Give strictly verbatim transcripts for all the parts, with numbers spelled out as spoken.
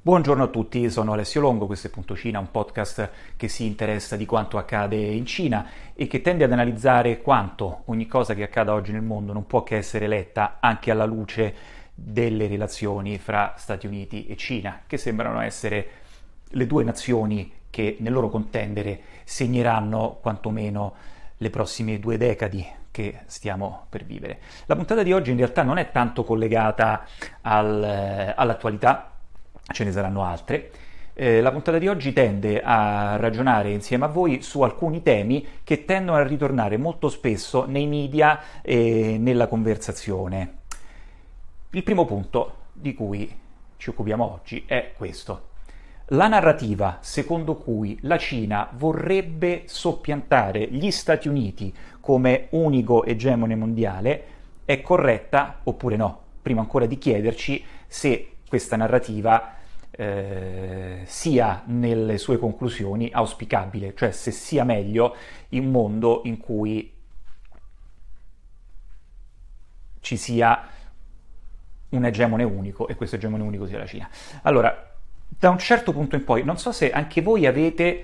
Buongiorno a tutti, sono Alessio Longo, questo è Punto Cina, un podcast che si interessa di quanto accade in Cina e che tende ad analizzare quanto ogni cosa che accada oggi nel mondo non può che essere letta anche alla luce delle relazioni fra Stati Uniti e Cina, che sembrano essere le due nazioni che nel loro contendere segneranno quantomeno le prossime due decadi che stiamo per vivere. La puntata di oggi in realtà non è tanto collegata al, all'attualità, ce ne saranno altre. Eh, la puntata di oggi tende a ragionare insieme a voi su alcuni temi che tendono a ritornare molto spesso nei media e nella conversazione. Il primo punto di cui ci occupiamo oggi è questo. La narrativa secondo cui la Cina vorrebbe soppiantare gli Stati Uniti come unico egemone mondiale è corretta oppure no? Prima ancora di chiederci se questa narrativa eh, sia nelle sue conclusioni auspicabile, cioè se sia meglio un mondo in cui ci sia un egemone unico e questo egemone unico sia la Cina. Allora, da un certo punto in poi, non so se anche voi avete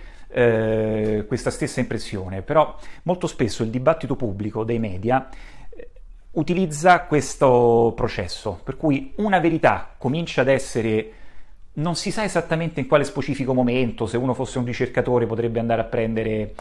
eh, questa stessa impressione, però molto spesso il dibattito pubblico dei media eh, utilizza questo processo, per cui una verità comincia ad essere, non si sa esattamente in quale specifico momento, se uno fosse un ricercatore potrebbe andare a prendere,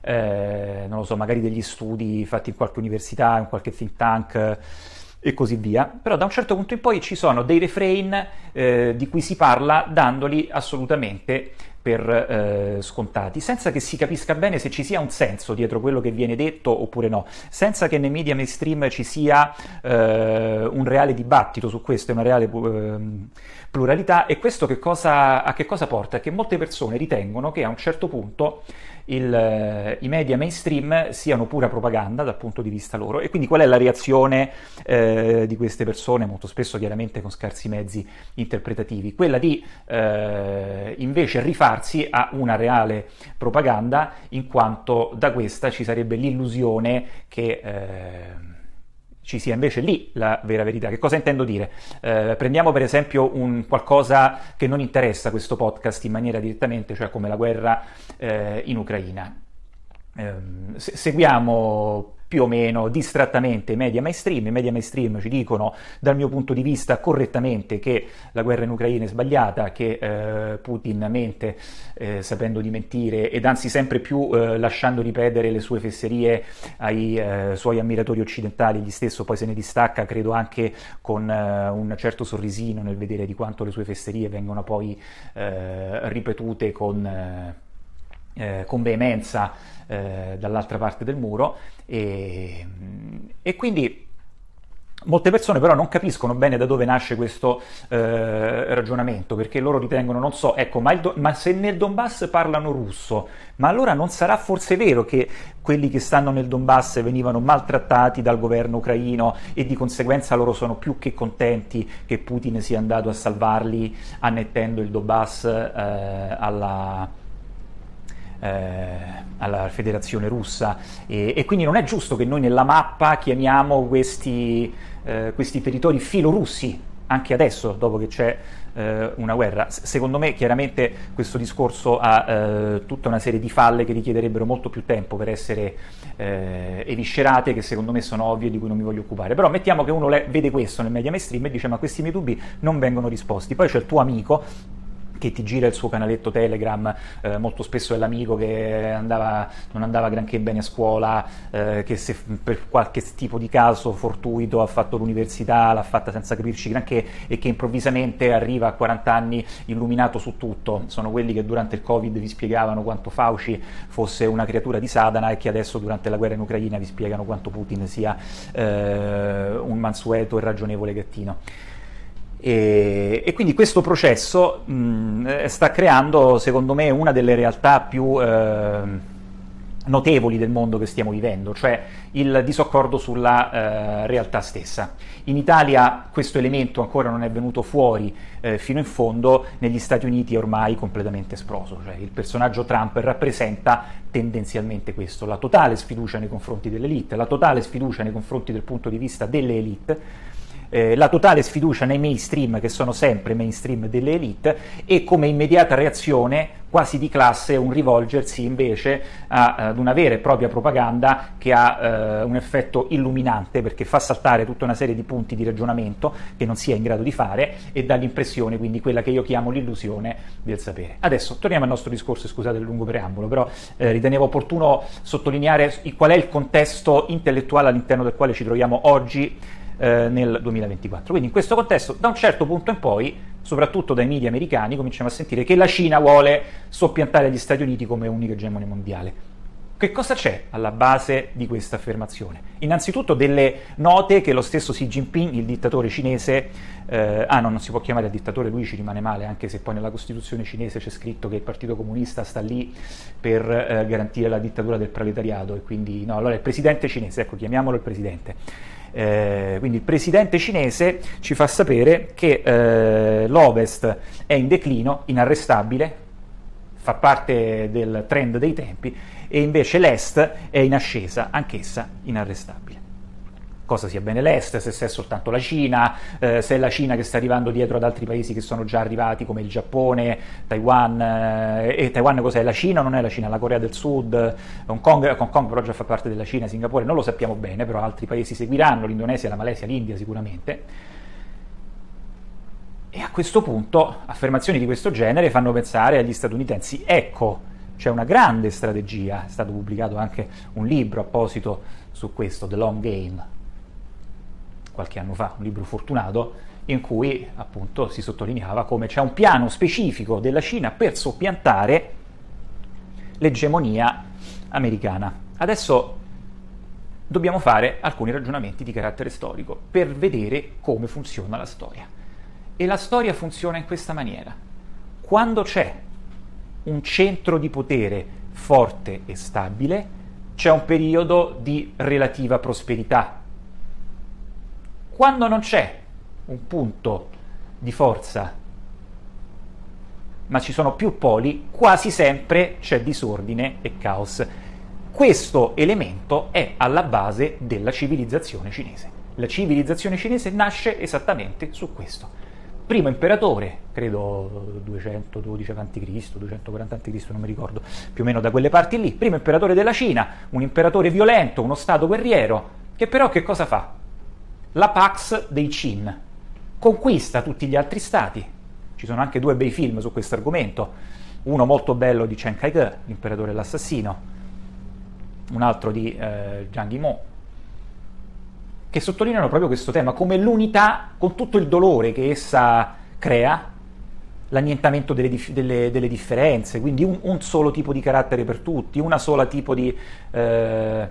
eh, non lo so, magari degli studi fatti in qualche università, in qualche think tank, e così via, però da un certo punto in poi ci sono dei refrain eh, di cui si parla dandoli assolutamente per eh, scontati, senza che si capisca bene se ci sia un senso dietro quello che viene detto oppure no, senza che nei media mainstream ci sia eh, un reale dibattito su questo, una reale eh, pluralità. E questo che cosa, a che cosa porta? Che molte persone ritengono che a un certo punto il, eh, i media mainstream siano pura propaganda dal punto di vista loro. E quindi qual è la reazione eh, di queste persone, molto spesso chiaramente con scarsi mezzi interpretativi? Quella di eh, invece rifarsi a una reale propaganda, in quanto da questa ci sarebbe l'illusione che eh, ci sia invece lì la vera verità. Che cosa intendo dire? Eh, prendiamo per esempio un qualcosa che non interessa questo podcast in maniera direttamente, cioè come la guerra eh, in Ucraina. Eh, se- seguiamo più o meno distrattamente i media mainstream. I media mainstream ci dicono, dal mio punto di vista correttamente, che la guerra in Ucraina è sbagliata, che eh, Putin mente eh, sapendo di mentire ed anzi sempre più eh, lasciando ripetere le sue fesserie ai eh, suoi ammiratori occidentali. Egli stesso poi se ne distacca, credo anche con eh, un certo sorrisino nel vedere di quanto le sue fesserie vengono poi eh, ripetute con... Eh, Eh, con veemenza eh, dall'altra parte del muro e, e quindi molte persone però non capiscono bene da dove nasce questo eh, ragionamento, perché loro ritengono, non so, ecco, ma, il Do- ma se nel Donbass parlano russo, ma allora non sarà forse vero che quelli che stanno nel Donbass venivano maltrattati dal governo ucraino e di conseguenza loro sono più che contenti che Putin sia andato a salvarli annettendo il Donbass eh, alla... alla Federazione Russa e, e quindi non è giusto che noi nella mappa chiamiamo questi, eh, questi territori filorussi anche adesso, dopo che c'è eh, una guerra. S- secondo me chiaramente questo discorso ha eh, tutta una serie di falle che richiederebbero molto più tempo per essere eh, eviscerate, che secondo me sono ovvie e di cui non mi voglio occupare. Però mettiamo che uno le- vede questo nel media mainstream e dice ma questi miei dubbi non vengono risposti. Poi c'è il tuo amico che ti gira il suo canaletto Telegram, eh, molto spesso è l'amico che andava, non andava granché bene a scuola, eh, che se per qualche tipo di caso fortuito ha fatto l'università, l'ha fatta senza capirci granché e che improvvisamente arriva a quaranta anni illuminato su tutto. Sono quelli che durante il Covid vi spiegavano quanto Fauci fosse una creatura di Satana e che adesso durante la guerra in Ucraina vi spiegano quanto Putin sia eh, un mansueto e ragionevole gattino. E, e quindi questo processo mh, sta creando, secondo me, una delle realtà più eh, notevoli del mondo che stiamo vivendo, cioè il disaccordo sulla eh, realtà stessa. In Italia questo elemento ancora non è venuto fuori eh, fino in fondo, negli Stati Uniti è ormai completamente esploso, cioè il personaggio Trump rappresenta tendenzialmente questo, la totale sfiducia nei confronti dell'elite, la totale sfiducia nei confronti del punto di vista delle elite, eh, la totale sfiducia nei mainstream, che sono sempre mainstream delle elite, e come immediata reazione quasi di classe un rivolgersi invece a, ad una vera e propria propaganda che ha eh, un effetto illuminante, perché fa saltare tutta una serie di punti di ragionamento che non si è in grado di fare e dà l'impressione, quindi quella che io chiamo l'illusione del sapere. Adesso torniamo al nostro discorso, scusate il lungo preambolo, però eh, ritenevo opportuno sottolineare qual è il contesto intellettuale all'interno del quale ci troviamo oggi eh, nel duemilaventiquattro. Quindi in questo contesto, da un certo punto in poi, soprattutto dai media americani, cominciamo a sentire che la Cina vuole soppiantare gli Stati Uniti come unica egemone mondiale. Che cosa c'è alla base di questa affermazione? Innanzitutto delle note che lo stesso Xi Jinping, il dittatore cinese, eh, ah no, non si può chiamare il dittatore, lui ci rimane male, anche se poi nella Costituzione cinese c'è scritto che il Partito Comunista sta lì per eh, garantire la dittatura del proletariato, e quindi no, allora il presidente cinese, ecco, chiamiamolo il presidente. Eh, quindi il presidente cinese ci fa sapere che eh, l'Ovest è in declino, inarrestabile, fa parte del trend dei tempi, e invece l'Est è in ascesa, anch'essa inarrestabile. Cosa sia bene l'Est, se è soltanto la Cina, eh, se è la Cina che sta arrivando dietro ad altri paesi che sono già arrivati come il Giappone, Taiwan, eh, e Taiwan cos'è? La Cina o non è la Cina? La Corea del Sud, Hong Kong, Hong Kong però già fa parte della Cina, Singapore non lo sappiamo bene, però altri paesi seguiranno, l'Indonesia, la Malesia, l'India sicuramente. E a questo punto affermazioni di questo genere fanno pensare agli statunitensi, ecco, c'è una grande strategia, è stato pubblicato anche un libro apposito su questo, The Long Game, qualche anno fa, un libro fortunato, in cui appunto si sottolineava come c'è un piano specifico della Cina per soppiantare l'egemonia americana. Adesso dobbiamo fare alcuni ragionamenti di carattere storico per vedere come funziona la storia. E la storia funziona in questa maniera. Quando c'è un centro di potere forte e stabile, c'è un periodo di relativa prosperità. Quando non c'è un punto di forza, ma ci sono più poli, quasi sempre c'è disordine e caos. Questo elemento è alla base della civilizzazione cinese. La civilizzazione cinese nasce esattamente su questo. Primo imperatore, credo duecentododici avanti Cristo, duecentoquaranta avanti Cristo, non mi ricordo, più o meno da quelle parti lì, primo imperatore della Cina, un imperatore violento, uno stato guerriero, che però che cosa fa? La Pax dei Qin, conquista tutti gli altri stati. Ci sono anche due bei film su questo argomento, uno molto bello di Chiang Kai-shek, l'imperatore dell'assassino, un altro di eh, Jiang Yimou, che sottolineano proprio questo tema, come l'unità, con tutto il dolore che essa crea, l'annientamento delle, dif- delle, delle differenze, quindi un, un solo tipo di carattere per tutti, una sola tipo di, eh,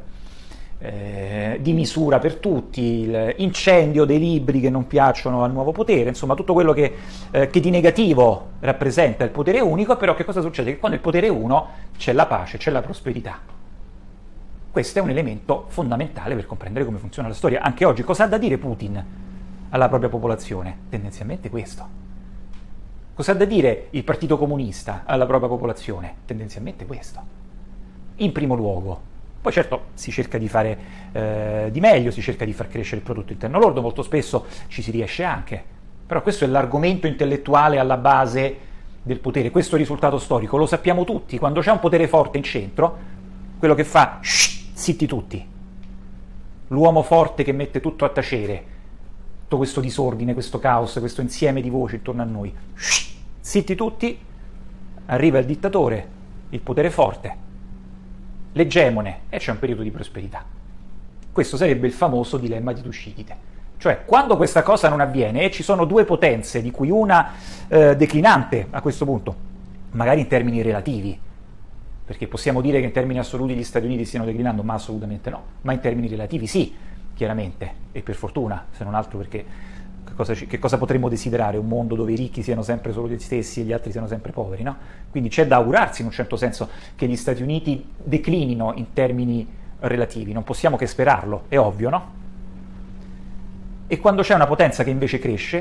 eh, di misura per tutti, l'incendio dei libri che non piacciono al nuovo potere, insomma tutto quello che, eh, che di negativo rappresenta il potere unico. Però che cosa succede? Che quando il potere è uno c'è la pace, c'è la prosperità. Questo è un elemento fondamentale per comprendere come funziona la storia. Anche oggi, cosa ha da dire Putin alla propria popolazione? Tendenzialmente questo. Cosa ha da dire il Partito Comunista alla propria popolazione? Tendenzialmente questo. In primo luogo. Poi certo si cerca di fare eh, di meglio, si cerca di far crescere il prodotto interno lordo, molto spesso ci si riesce anche. Però questo è l'argomento intellettuale alla base del potere, questo è il risultato storico, lo sappiamo tutti. Quando c'è un potere forte in centro, quello che fa... Shh, zitti tutti, l'uomo forte che mette tutto a tacere, tutto questo disordine, questo caos, questo insieme di voci intorno a noi, shh, zitti tutti, arriva il dittatore, il potere forte, l'egemone, e c'è un periodo di prosperità. Questo sarebbe il famoso dilemma di Tuccidide, cioè quando questa cosa non avviene e ci sono due potenze, di cui una eh, declinante a questo punto, magari in termini relativi, perché possiamo dire che in termini assoluti gli Stati Uniti stiano declinando, ma assolutamente no, ma in termini relativi sì, chiaramente, e per fortuna, se non altro perché che cosa, che cosa potremmo desiderare? Un mondo dove i ricchi siano sempre solo gli stessi e gli altri siano sempre poveri, no? Quindi c'è da augurarsi in un certo senso che gli Stati Uniti declinino in termini relativi, non possiamo che sperarlo, è ovvio, no? E quando c'è una potenza che invece cresce,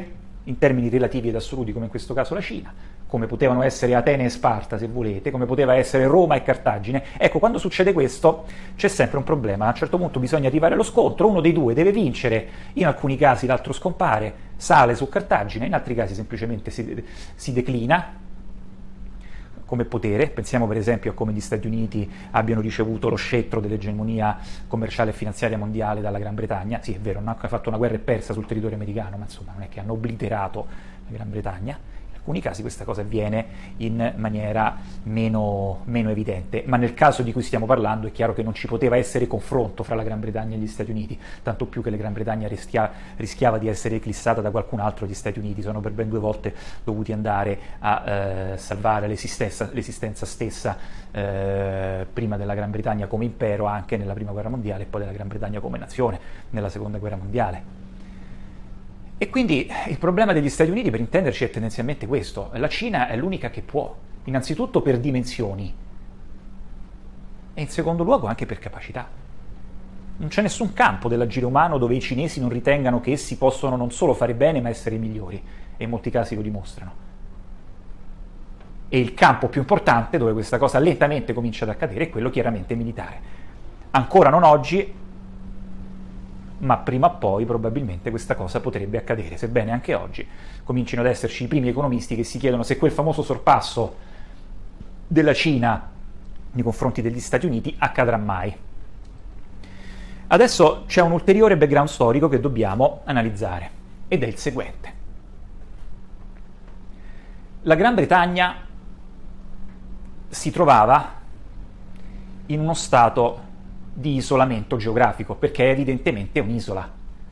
in termini relativi ed assoluti come in questo caso la Cina, come potevano essere Atene e Sparta se volete, come poteva essere Roma e Cartagine. Ecco, quando succede questo c'è sempre un problema, a un certo punto bisogna arrivare allo scontro, uno dei due deve vincere, in alcuni casi l'altro scompare, sale su Cartagine, in altri casi semplicemente si, si declina come potere. Pensiamo per esempio a come gli Stati Uniti abbiano ricevuto lo scettro dell'egemonia commerciale e finanziaria mondiale dalla Gran Bretagna. Sì, è vero, non hanno fatto una guerra e persa sul territorio americano, ma insomma non è che hanno obliterato la Gran Bretagna. In alcuni casi questa cosa avviene in maniera meno, meno evidente, ma nel caso di cui stiamo parlando è chiaro che non ci poteva essere confronto fra la Gran Bretagna e gli Stati Uniti, tanto più che la Gran Bretagna rischia, rischiava di essere eclissata da qualcun altro. Gli Stati Uniti sono per ben due volte dovuti andare a eh, salvare l'esistenza, l'esistenza stessa eh, prima della Gran Bretagna come impero, anche nella Prima Guerra Mondiale, e poi della Gran Bretagna come nazione nella Seconda Guerra Mondiale. E quindi il problema degli Stati Uniti, per intenderci, è tendenzialmente questo: la Cina è l'unica che può, innanzitutto per dimensioni e in secondo luogo anche per capacità. Non c'è nessun campo dell'agire umano dove i cinesi non ritengano che essi possono non solo fare bene ma essere migliori, e in molti casi lo dimostrano. E il campo più importante dove questa cosa lentamente comincia ad accadere è quello chiaramente militare. Ancora non oggi, ma prima o poi probabilmente questa cosa potrebbe accadere, sebbene anche oggi comincino ad esserci i primi economisti che si chiedono se quel famoso sorpasso della Cina nei confronti degli Stati Uniti accadrà mai. Adesso c'è un ulteriore background storico che dobbiamo analizzare, ed è il seguente. La Gran Bretagna si trovava in uno stato di isolamento geografico, perché è evidentemente un'isola.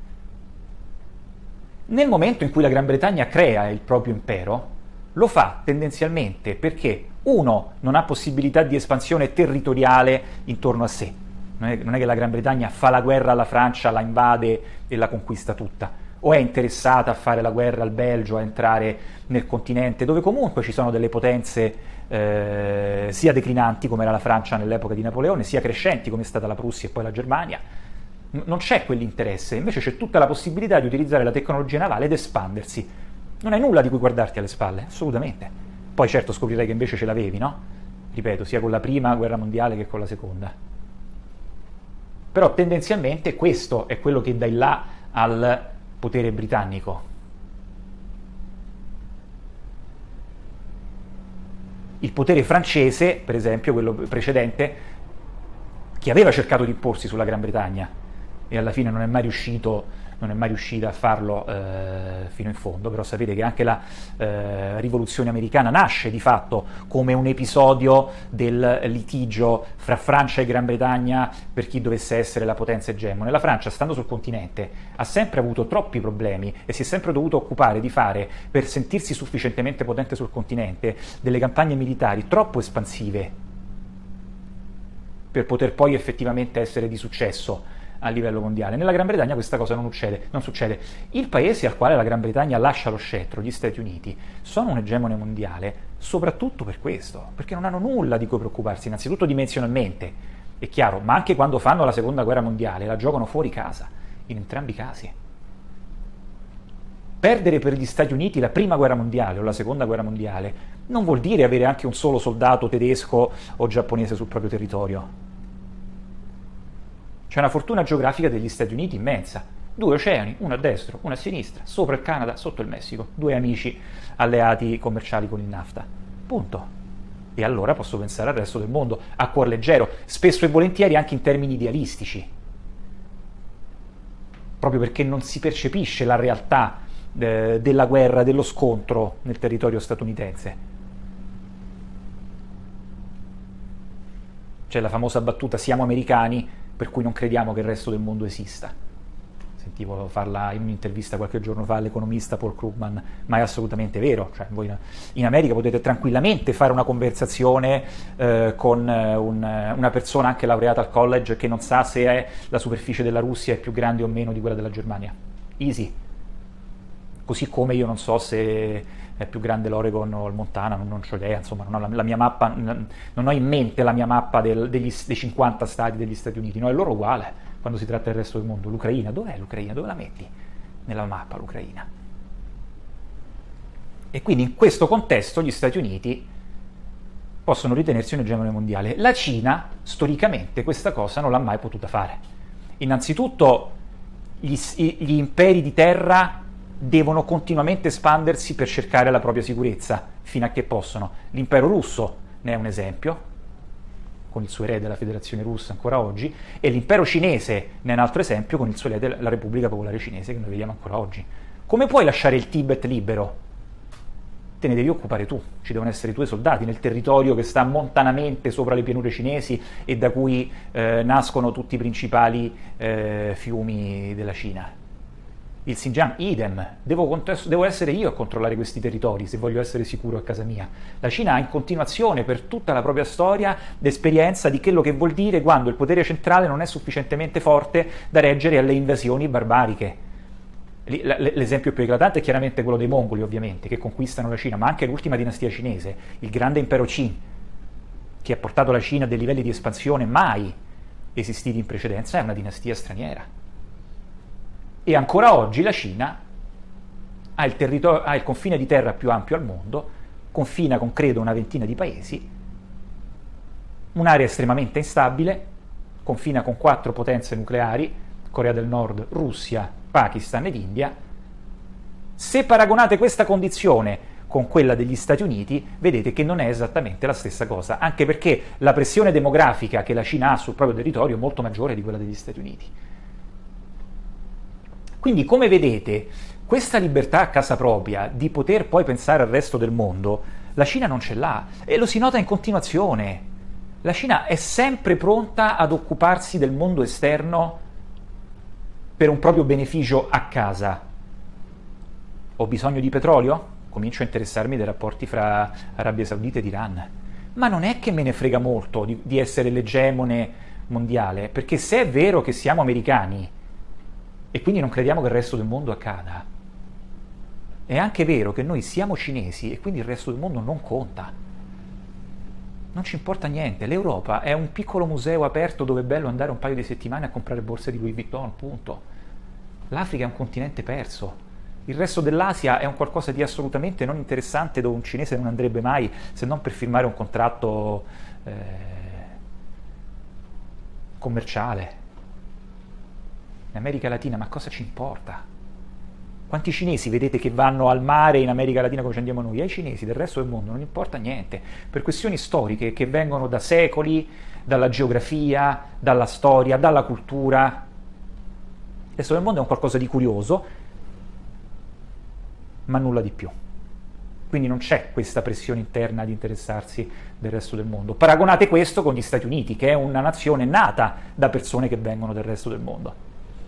Nel momento in cui la Gran Bretagna crea il proprio impero, lo fa tendenzialmente perché, uno, non ha possibilità di espansione territoriale intorno a sé. Non è, non è che la Gran Bretagna fa la guerra alla Francia, la invade e la conquista tutta, o è interessata a fare la guerra al Belgio, a entrare nel continente, dove comunque ci sono delle potenze eh, sia declinanti, come era la Francia nell'epoca di Napoleone, sia crescenti, come è stata la Prussia e poi la Germania. N- non c'è quell'interesse, invece c'è tutta la possibilità di utilizzare la tecnologia navale ed espandersi. Non hai nulla di cui guardarti alle spalle, assolutamente. Poi certo scoprirai che invece ce l'avevi, no? Ripeto, sia con la prima guerra mondiale che con la seconda. Però tendenzialmente questo è quello che dà il là al potere britannico. Il potere francese, per esempio, quello precedente, che aveva cercato di imporsi sulla Gran Bretagna e alla fine non è mai riuscito, non è mai riuscita a farlo eh, fino in fondo, però sapete che anche la eh, rivoluzione americana nasce di fatto come un episodio del litigio fra Francia e Gran Bretagna per chi dovesse essere la potenza egemone. La Francia, stando sul continente, ha sempre avuto troppi problemi e si è sempre dovuto occupare di fare, per sentirsi sufficientemente potente sul continente, delle campagne militari troppo espansive per poter poi effettivamente essere di successo a livello mondiale. Nella Gran Bretagna questa cosa non succede, non succede. Il paese al quale la Gran Bretagna lascia lo scettro, gli Stati Uniti, sono un egemone mondiale soprattutto per questo, perché non hanno nulla di cui preoccuparsi, innanzitutto dimensionalmente, è chiaro, ma anche quando fanno la seconda guerra mondiale la giocano fuori casa, in entrambi i casi. Perdere per gli Stati Uniti la prima guerra mondiale o la seconda guerra mondiale non vuol dire avere anche un solo soldato tedesco o giapponese sul proprio territorio. C'è una fortuna geografica degli Stati Uniti immensa. Due oceani, uno a destra, uno a sinistra, sopra il Canada, sotto il Messico. Due amici alleati commerciali con il NAFTA. Punto. E allora posso pensare al resto del mondo, a cuor leggero, spesso e volentieri anche in termini idealistici. Proprio perché non si percepisce la realtà eh, della guerra, dello scontro nel territorio statunitense. C'è la famosa battuta "siamo americani", per cui non crediamo che il resto del mondo esista. Sentivo farla in un'intervista qualche giorno fa all'economista Paul Krugman, ma è assolutamente vero. Cioè, voi in America potete tranquillamente fare una conversazione eh, con un, una persona anche laureata al college che non sa se è la superficie della Russia è più grande o meno di quella della Germania. Easy. Così come io non so se è più grande l'Oregon o il Montana, non, non ho idea, insomma, non ho la, la mia mappa, non ho in mente la mia mappa del, degli, dei cinquanta stati degli Stati Uniti, no, è loro uguale quando si tratta del resto del mondo. L'Ucraina, dov'è l'Ucraina? Dove la metti nella mappa l'Ucraina? E quindi in questo contesto gli Stati Uniti possono ritenersi un egemone mondiale. La Cina, storicamente, questa cosa non l'ha mai potuta fare. Innanzitutto, gli, gli imperi di terra devono continuamente espandersi per cercare la propria sicurezza, fino a che possono. L'impero russo ne è un esempio, con il suo erede la Federazione Russa ancora oggi, e l'impero cinese ne è un altro esempio, con il suo erede la Repubblica Popolare Cinese, che noi vediamo ancora oggi. Come puoi lasciare il Tibet libero? Te ne devi occupare tu, ci devono essere i tuoi soldati nel territorio che sta montanamente sopra le pianure cinesi e da cui eh, nascono tutti i principali eh, fiumi della Cina. Il Xinjiang, idem, devo, contesto, devo essere io a controllare questi territori se voglio essere sicuro a casa mia. La Cina ha in continuazione per tutta la propria storia l'esperienza di quello che vuol dire quando il potere centrale non è sufficientemente forte da reggere alle invasioni barbariche. L'esempio più eclatante è chiaramente quello dei mongoli, ovviamente, che conquistano la Cina, ma anche l'ultima dinastia cinese, il grande impero Qin, che ha portato la Cina a dei livelli di espansione mai esistiti in precedenza, è una dinastia straniera. E ancora oggi la Cina ha il, territorio, ha il confine di terra più ampio al mondo, confina con credo una ventina di paesi, un'area estremamente instabile, confina con quattro potenze nucleari, Corea del Nord, Russia, Pakistan ed India. Se paragonate questa condizione con quella degli Stati Uniti, vedete che non è esattamente la stessa cosa, anche perché la pressione demografica che la Cina ha sul proprio territorio è molto maggiore di quella degli Stati Uniti. Quindi, come vedete, questa libertà a casa propria di poter poi pensare al resto del mondo, la Cina non ce l'ha, e lo si nota in continuazione. La Cina è sempre pronta ad occuparsi del mondo esterno per un proprio beneficio a casa. Ho bisogno di petrolio? Comincio a interessarmi dei rapporti fra Arabia Saudita ed Iran. Ma non è che me ne frega molto di, di essere l'egemone mondiale, perché se è vero che siamo americani e quindi non crediamo che il resto del mondo accada, è anche vero che noi siamo cinesi e quindi il resto del mondo non conta. Non ci importa niente. L'Europa è un piccolo museo aperto dove è bello andare un paio di settimane a comprare borse di Louis Vuitton, punto. L'Africa è un continente perso. Il resto dell'Asia è un qualcosa di assolutamente non interessante, dove un cinese non andrebbe mai se non per firmare un contratto eh, commerciale. In America Latina, ma cosa ci importa? Quanti cinesi vedete che vanno al mare in America Latina come ci andiamo noi? Ai cinesi del resto del mondo non importa niente, per questioni storiche che vengono da secoli, dalla geografia, dalla storia, dalla cultura. Il resto del mondo è un qualcosa di curioso, ma nulla di più. Quindi non c'è questa pressione interna di interessarsi del resto del mondo. Paragonate questo con gli Stati Uniti, che è una nazione nata da persone che vengono del resto del mondo.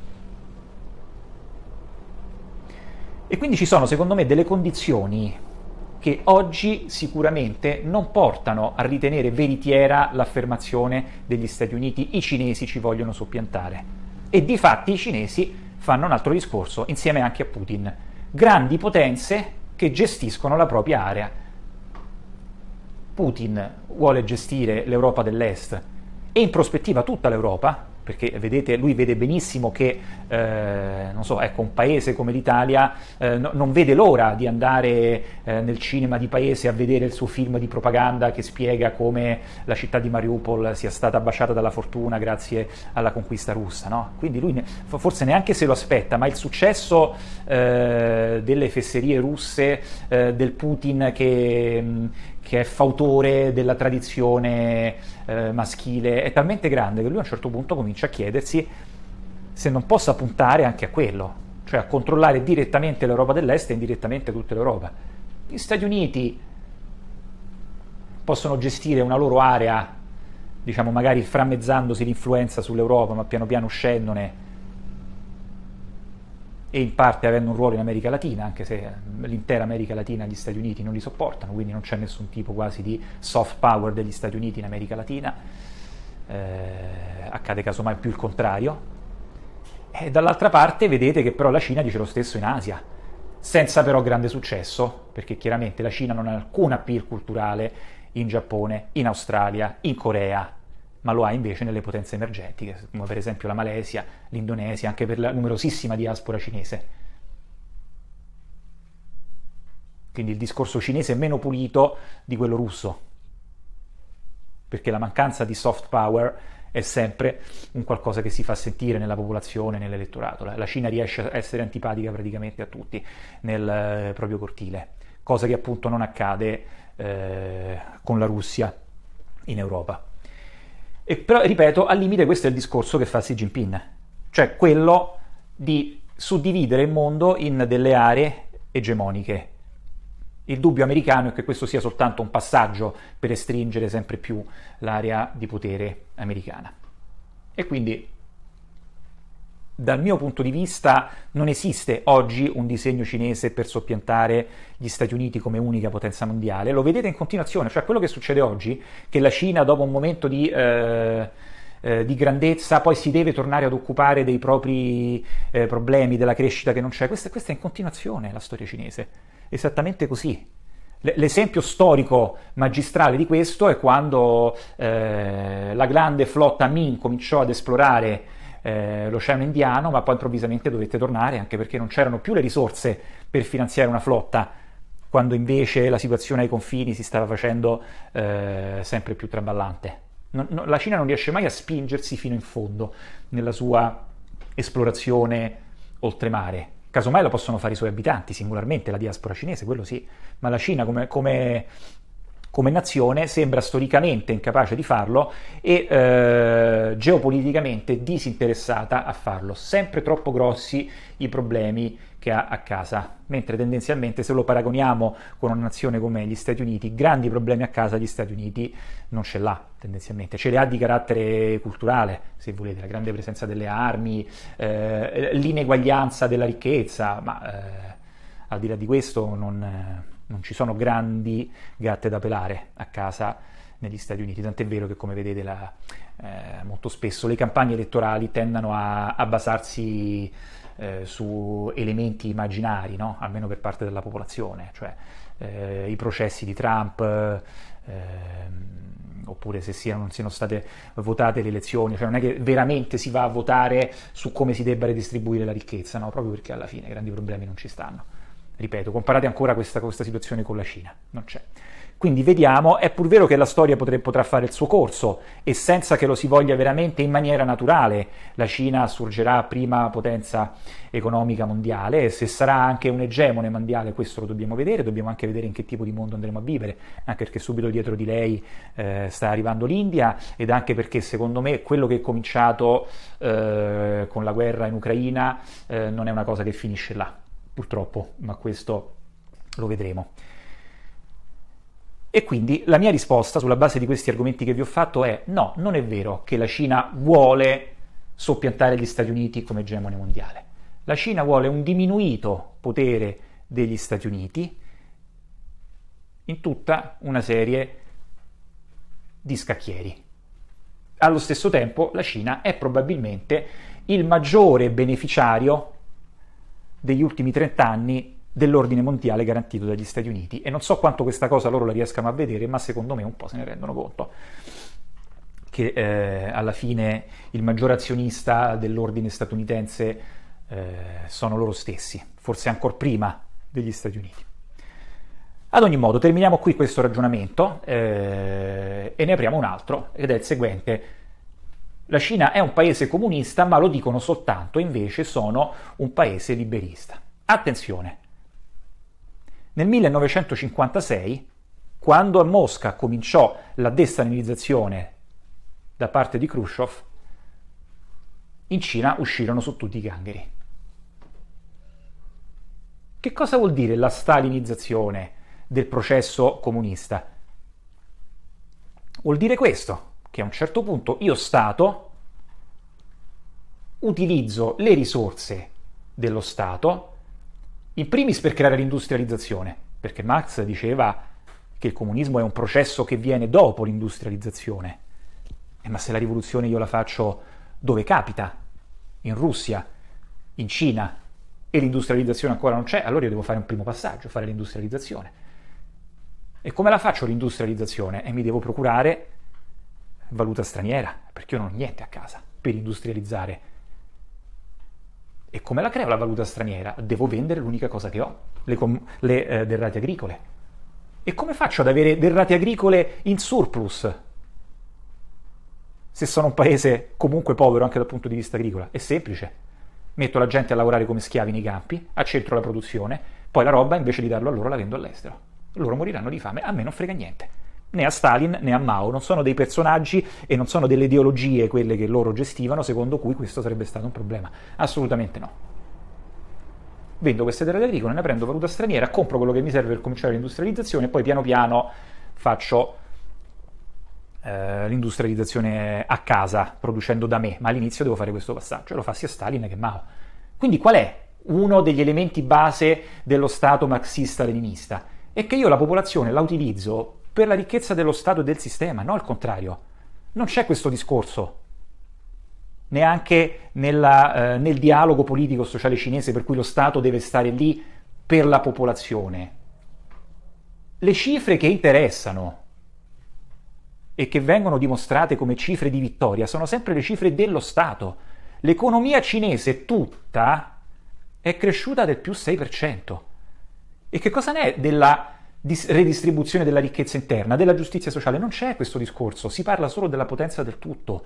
E quindi ci sono, secondo me, delle condizioni che oggi sicuramente non portano a ritenere veritiera l'affermazione degli Stati Uniti: i cinesi ci vogliono soppiantare. E di fatti i cinesi fanno un altro discorso, insieme anche a Putin. Grandi potenze che gestiscono la propria area. Putin vuole gestire l'Europa dell'Est e in prospettiva tutta l'Europa, perché vedete, lui vede benissimo che eh, non so, ecco, un paese come l'Italia eh, no, non vede l'ora di andare eh, nel cinema di paese a vedere il suo film di propaganda che spiega come la città di Mariupol sia stata baciata dalla fortuna grazie alla conquista russa, no? Quindi lui ne, forse neanche se lo aspetta, ma il successo eh, delle fesserie russe, eh, del Putin che mh, che è fautore della tradizione eh, maschile, è talmente grande che lui a un certo punto comincia a chiedersi se non possa puntare anche a quello, cioè a controllare direttamente l'Europa dell'Est e indirettamente tutta l'Europa. Gli Stati Uniti possono gestire una loro area, diciamo magari framezzandosi l'influenza sull'Europa, ma piano piano uscendone, e in parte avendo un ruolo in America Latina, anche se l'intera America Latina gli Stati Uniti non li sopportano, quindi non c'è nessun tipo quasi di soft power degli Stati Uniti in America Latina, eh, accade casomai più il contrario. E dall'altra parte vedete che però la Cina dice lo stesso in Asia, senza però grande successo, perché chiaramente la Cina non ha alcun appeal culturale in Giappone, in Australia, in Corea, ma lo ha invece nelle potenze emergenti, come per esempio la Malesia, l'Indonesia, anche per la numerosissima diaspora cinese. quindi il discorso cinese è meno pulito di quello russo, perché la mancanza di soft power è sempre un qualcosa che si fa sentire nella popolazione, nell'elettorato. La Cina riesce a essere antipatica praticamente a tutti nel eh, proprio cortile, cosa che appunto non accade eh, con la Russia in Europa. E però, ripeto, al limite questo è il discorso che fa Xi Jinping, cioè quello di suddividere il mondo in delle aree egemoniche. Il dubbio americano è che questo sia soltanto un passaggio per restringere sempre più l'area di potere americana. E quindi, dal mio punto di vista, non esiste oggi un disegno cinese per soppiantare gli Stati Uniti come unica potenza mondiale. Lo vedete in continuazione, cioè quello che succede oggi, che la Cina dopo un momento di... Eh, eh, di grandezza poi si deve tornare ad occupare dei propri eh, problemi, della crescita che non c'è. Questa, questa è in continuazione la storia cinese, esattamente così. L'esempio storico magistrale di questo è quando eh, la grande flotta Ming cominciò ad esplorare eh, l'Oceano Indiano, ma poi improvvisamente dovette tornare, anche perché non c'erano più le risorse per finanziare una flotta, quando invece la situazione ai confini si stava facendo eh, sempre più traballante. Non, no, la Cina non riesce mai a spingersi fino in fondo nella sua esplorazione oltremare. Casomai lo possono fare i suoi abitanti singolarmente, la diaspora cinese, quello sì, ma la Cina come, come, come nazione sembra storicamente incapace di farlo e eh, geopoliticamente disinteressata a farlo. Sempre troppo grossi i problemi che ha a casa, mentre tendenzialmente se lo paragoniamo con una nazione come gli Stati Uniti, grandi problemi a casa gli Stati Uniti non ce l'ha tendenzialmente, ce li ha di carattere culturale, se volete, la grande presenza delle armi, eh, l'ineguaglianza della ricchezza, ma eh, al di là di questo non, eh, non ci sono grandi gatte da pelare a casa negli Stati Uniti, tant'è vero che come vedete la, eh, molto spesso le campagne elettorali tendono a, a basarsi Eh, su elementi immaginari, no? Almeno per parte della popolazione, cioè eh, i processi di Trump, eh, oppure se siano, non siano state votate le elezioni, cioè non è che veramente si va a votare su come si debba redistribuire la ricchezza, no? Proprio perché alla fine grandi problemi non ci stanno. Ripeto, comparate ancora questa, questa situazione con la Cina, non c'è. Quindi vediamo, è pur vero che la storia potre, potrà fare il suo corso e senza che lo si voglia veramente in maniera naturale la Cina assurgerà prima potenza economica mondiale e se sarà anche un egemone mondiale questo lo dobbiamo vedere, dobbiamo anche vedere in che tipo di mondo andremo a vivere, anche perché subito dietro di lei eh, sta arrivando l'India ed anche perché secondo me quello che è cominciato eh, con la guerra in Ucraina eh, non è una cosa che finisce là, purtroppo, ma questo lo vedremo. E quindi la mia risposta sulla base di questi argomenti che vi ho fatto è no, non è vero che la Cina vuole soppiantare gli Stati Uniti come egemone mondiale. La Cina vuole un diminuito potere degli Stati Uniti in tutta una serie di scacchieri. Allo stesso tempo la Cina è probabilmente il maggiore beneficiario degli ultimi trent'anni dell'ordine mondiale garantito dagli Stati Uniti e non so quanto questa cosa loro la riescano a vedere, ma secondo me un po' se ne rendono conto che eh, alla fine il maggior azionista dell'ordine statunitense eh, sono loro stessi, forse ancor prima degli Stati Uniti. Ad ogni modo terminiamo qui questo ragionamento eh, e ne apriamo un altro ed è il seguente. La Cina è un paese comunista, ma lo dicono soltanto, invece sono un paese liberista. Attenzione! Nel millenovecentocinquantasei, quando a Mosca cominciò la destalinizzazione da parte di Khrushchev, in Cina uscirono su tutti i gangheri. Che cosa vuol dire la stalinizzazione del processo comunista? Vuol dire questo, che a un certo punto io Stato utilizzo le risorse dello Stato in primis per creare l'industrializzazione, perché Marx diceva che il comunismo è un processo che viene dopo l'industrializzazione. Eh, ma se la rivoluzione io la faccio dove capita, in Russia, in Cina, e l'industrializzazione ancora non c'è, allora io devo fare un primo passaggio, fare l'industrializzazione. E come la faccio l'industrializzazione? E mi devo procurare valuta straniera, perché io non ho niente a casa per industrializzare. E come la creo la valuta straniera? Devo vendere l'unica cosa che ho, le, com- le eh, derrate agricole. E come faccio ad avere derrate agricole in surplus? Se sono un paese comunque povero anche dal punto di vista agricolo? È semplice. Metto la gente a lavorare come schiavi nei campi, accentro la produzione, poi la roba invece di darlo a loro la vendo all'estero. Loro moriranno di fame, a me non frega niente. Né a Stalin né a Mao, non sono dei personaggi e non sono delle ideologie quelle che loro gestivano secondo cui questo sarebbe stato un problema. Assolutamente no. Vendo queste terre agricole, ne prendo valuta straniera, compro quello che mi serve per cominciare l'industrializzazione e poi piano piano faccio eh, l'industrializzazione a casa, producendo da me, ma all'inizio devo fare questo passaggio, lo fa sia Stalin che Mao. Quindi qual è uno degli elementi base dello Stato marxista-leninista? È che io la popolazione la utilizzo per la ricchezza dello Stato e del sistema, no al contrario. Non c'è questo discorso, neanche nella, eh, nel dialogo politico-sociale cinese per cui lo Stato deve stare lì per la popolazione. Le cifre che interessano e che vengono dimostrate come cifre di vittoria sono sempre le cifre dello Stato. L'economia cinese tutta è cresciuta del più sei per cento. E che cosa ne è della redistribuzione della ricchezza interna, della giustizia sociale? Non c'è questo discorso, si parla solo della potenza del tutto.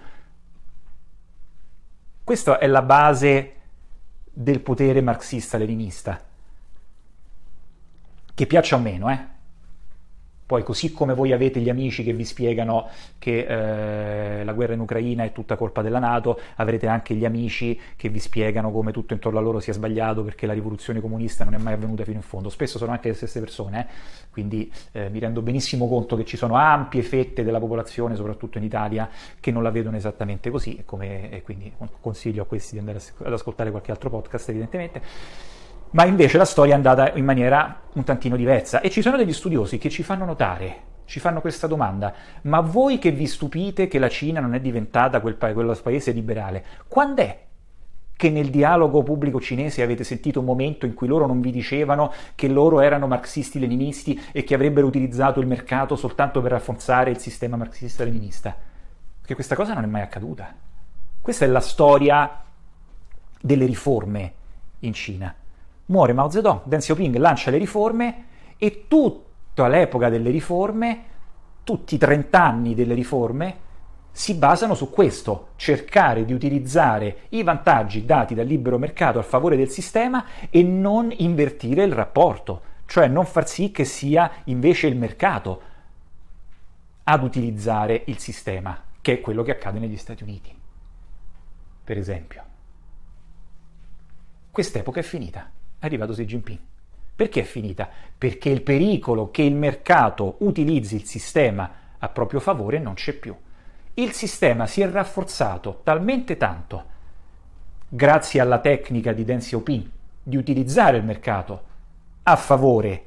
Questa è la base del potere marxista-leninista, che piaccia o meno, eh? Poi, così come voi avete gli amici che vi spiegano che eh, la guerra in Ucraina è tutta colpa della NATO, avrete anche gli amici che vi spiegano come tutto intorno a loro sia sbagliato perché la rivoluzione comunista non è mai avvenuta fino in fondo. Spesso sono anche le stesse persone, eh? Quindi eh, mi rendo benissimo conto che ci sono ampie fette della popolazione, soprattutto in Italia, che non la vedono esattamente così, e, come, e quindi consiglio a questi di andare ad ascoltare qualche altro podcast, evidentemente. Ma invece la storia è andata in maniera un tantino diversa e ci sono degli studiosi che ci fanno notare, ci fanno questa domanda: ma voi che vi stupite che la Cina non è diventata quel, pa- quel paese liberale, quando è che nel dialogo pubblico cinese avete sentito un momento in cui loro non vi dicevano che loro erano marxisti-leninisti e che avrebbero utilizzato il mercato soltanto per rafforzare il sistema marxista-leninista? Perché questa cosa non è mai accaduta. Questa è la storia delle riforme in Cina. Muore Mao Zedong, Deng Xiaoping lancia le riforme e tutta l'epoca delle riforme, tutti i trent'anni delle riforme, si basano su questo: cercare di utilizzare i vantaggi dati dal libero mercato a favore del sistema e non invertire il rapporto, cioè non far sì che sia invece il mercato ad utilizzare il sistema, che è quello che accade negli Stati Uniti, per esempio. Quest'epoca è finita. È arrivato Xi Jinping. Perché è finita? Perché il pericolo che il mercato utilizzi il sistema a proprio favore non c'è più. Il sistema si è rafforzato talmente tanto, grazie alla tecnica di Deng Xiaoping, di utilizzare il mercato a favore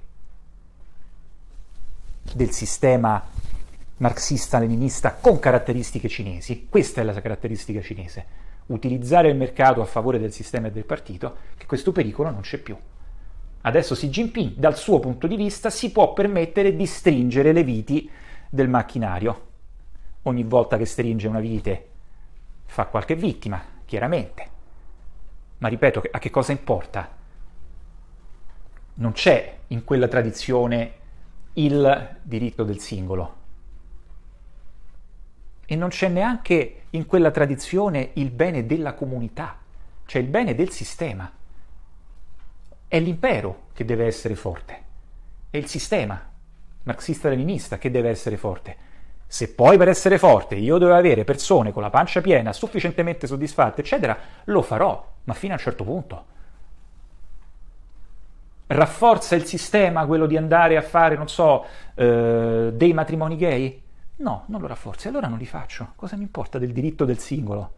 del sistema marxista-leninista con caratteristiche cinesi. Questa è la caratteristica cinese: utilizzare il mercato a favore del sistema e del partito, che questo pericolo non c'è più. Adesso Xi Jinping, dal suo punto di vista, si può permettere di stringere le viti del macchinario. Ogni volta che stringe una vite fa qualche vittima, chiaramente. Ma ripeto, a che cosa importa? Non c'è in quella tradizione il diritto del singolo. E non c'è neanche in quella tradizione il bene della comunità, cioè il bene del sistema. È l'impero che deve essere forte, è il sistema marxista-leninista che deve essere forte. Se poi per essere forte io devo avere persone con la pancia piena, sufficientemente soddisfatte, eccetera, lo farò, ma fino a un certo punto. Rafforza il sistema quello di andare a fare, non so, eh, dei matrimoni gay? No, non lo rafforzi, allora non li faccio. Cosa mi importa del diritto del singolo?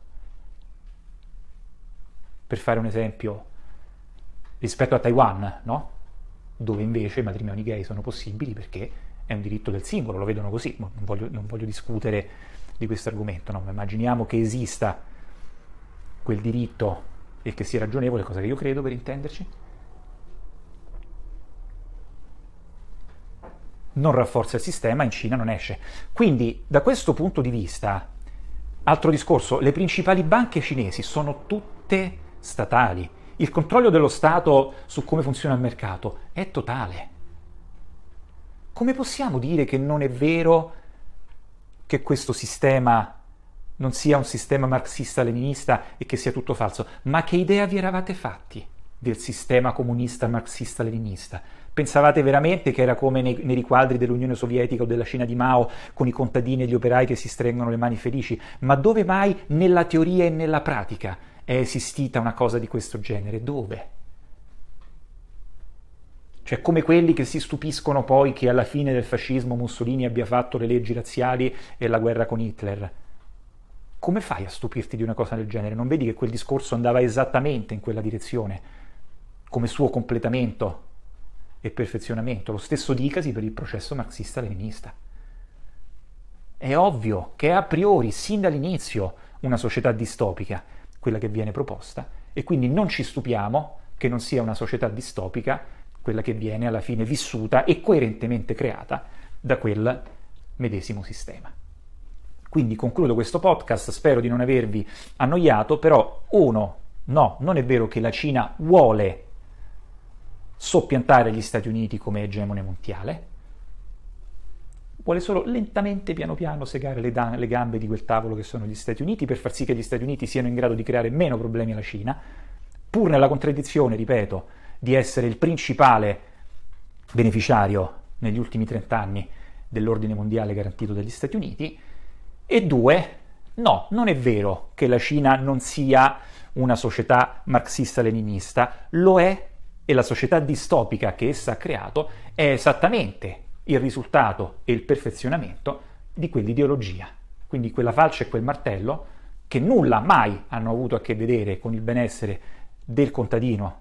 Per fare un esempio, rispetto a Taiwan, no? Dove invece i matrimoni gay sono possibili perché è un diritto del singolo, lo vedono così. Non voglio, non voglio discutere di questo argomento, no? Ma immaginiamo che esista quel diritto e che sia ragionevole, cosa che io credo, per intenderci. Non rafforza il sistema, in Cina non esce. Quindi, da questo punto di vista, altro discorso, le principali banche cinesi sono tutte statali. Il controllo dello Stato su come funziona il mercato è totale. Come possiamo dire che non è vero che questo sistema non sia un sistema marxista-leninista e che sia tutto falso? Ma che idea vi eravate fatti del sistema comunista marxista-leninista? Pensavate veramente che era come nei, nei riquadri dell'Unione Sovietica o della Cina di Mao, con i contadini e gli operai che si stringono le mani felici? Ma dove mai nella teoria e nella pratica è esistita una cosa di questo genere? Dove? Cioè, come quelli che si stupiscono poi che alla fine del fascismo Mussolini abbia fatto le leggi razziali e la guerra con Hitler. Come fai a stupirti di una cosa del genere? Non vedi che quel discorso andava esattamente in quella direzione, come suo completamento e perfezionamento? Lo stesso dicasi per il processo marxista-leninista. È ovvio che è a priori, sin dall'inizio, una società distopica, quella che viene proposta, e quindi non ci stupiamo che non sia una società distopica quella che viene alla fine vissuta e coerentemente creata da quel medesimo sistema. Quindi concludo questo podcast, spero di non avervi annoiato, però uno, no, non è vero che la Cina vuole soppiantare gli Stati Uniti come egemone mondiale, vuole solo lentamente, piano piano, segare le, da- le gambe di quel tavolo che sono gli Stati Uniti per far sì che gli Stati Uniti siano in grado di creare meno problemi alla Cina, pur nella contraddizione, ripeto, di essere il principale beneficiario negli ultimi trent'anni dell'ordine mondiale garantito dagli Stati Uniti. E due, no, non è vero che la Cina non sia una società marxista-leninista, lo è, e la società distopica che essa ha creato è esattamente il risultato e il perfezionamento di quell'ideologia. Quindi quella falce e quel martello, che nulla mai hanno avuto a che vedere con il benessere del contadino,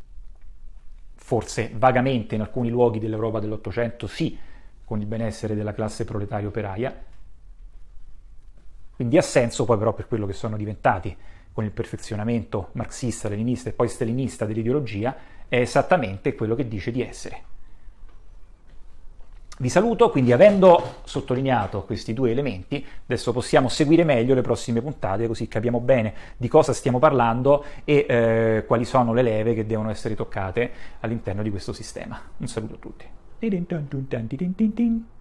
forse vagamente in alcuni luoghi dell'Europa dell'Ottocento sì, con il benessere della classe proletaria operaia, quindi ha senso poi però per quello che sono diventati con il perfezionamento marxista, leninista e poi stalinista dell'ideologia, è esattamente quello che dice di essere. Vi saluto, quindi avendo sottolineato questi due elementi, adesso possiamo seguire meglio le prossime puntate, così capiamo bene di cosa stiamo parlando e eh, quali sono le leve che devono essere toccate all'interno di questo sistema. Un saluto a tutti.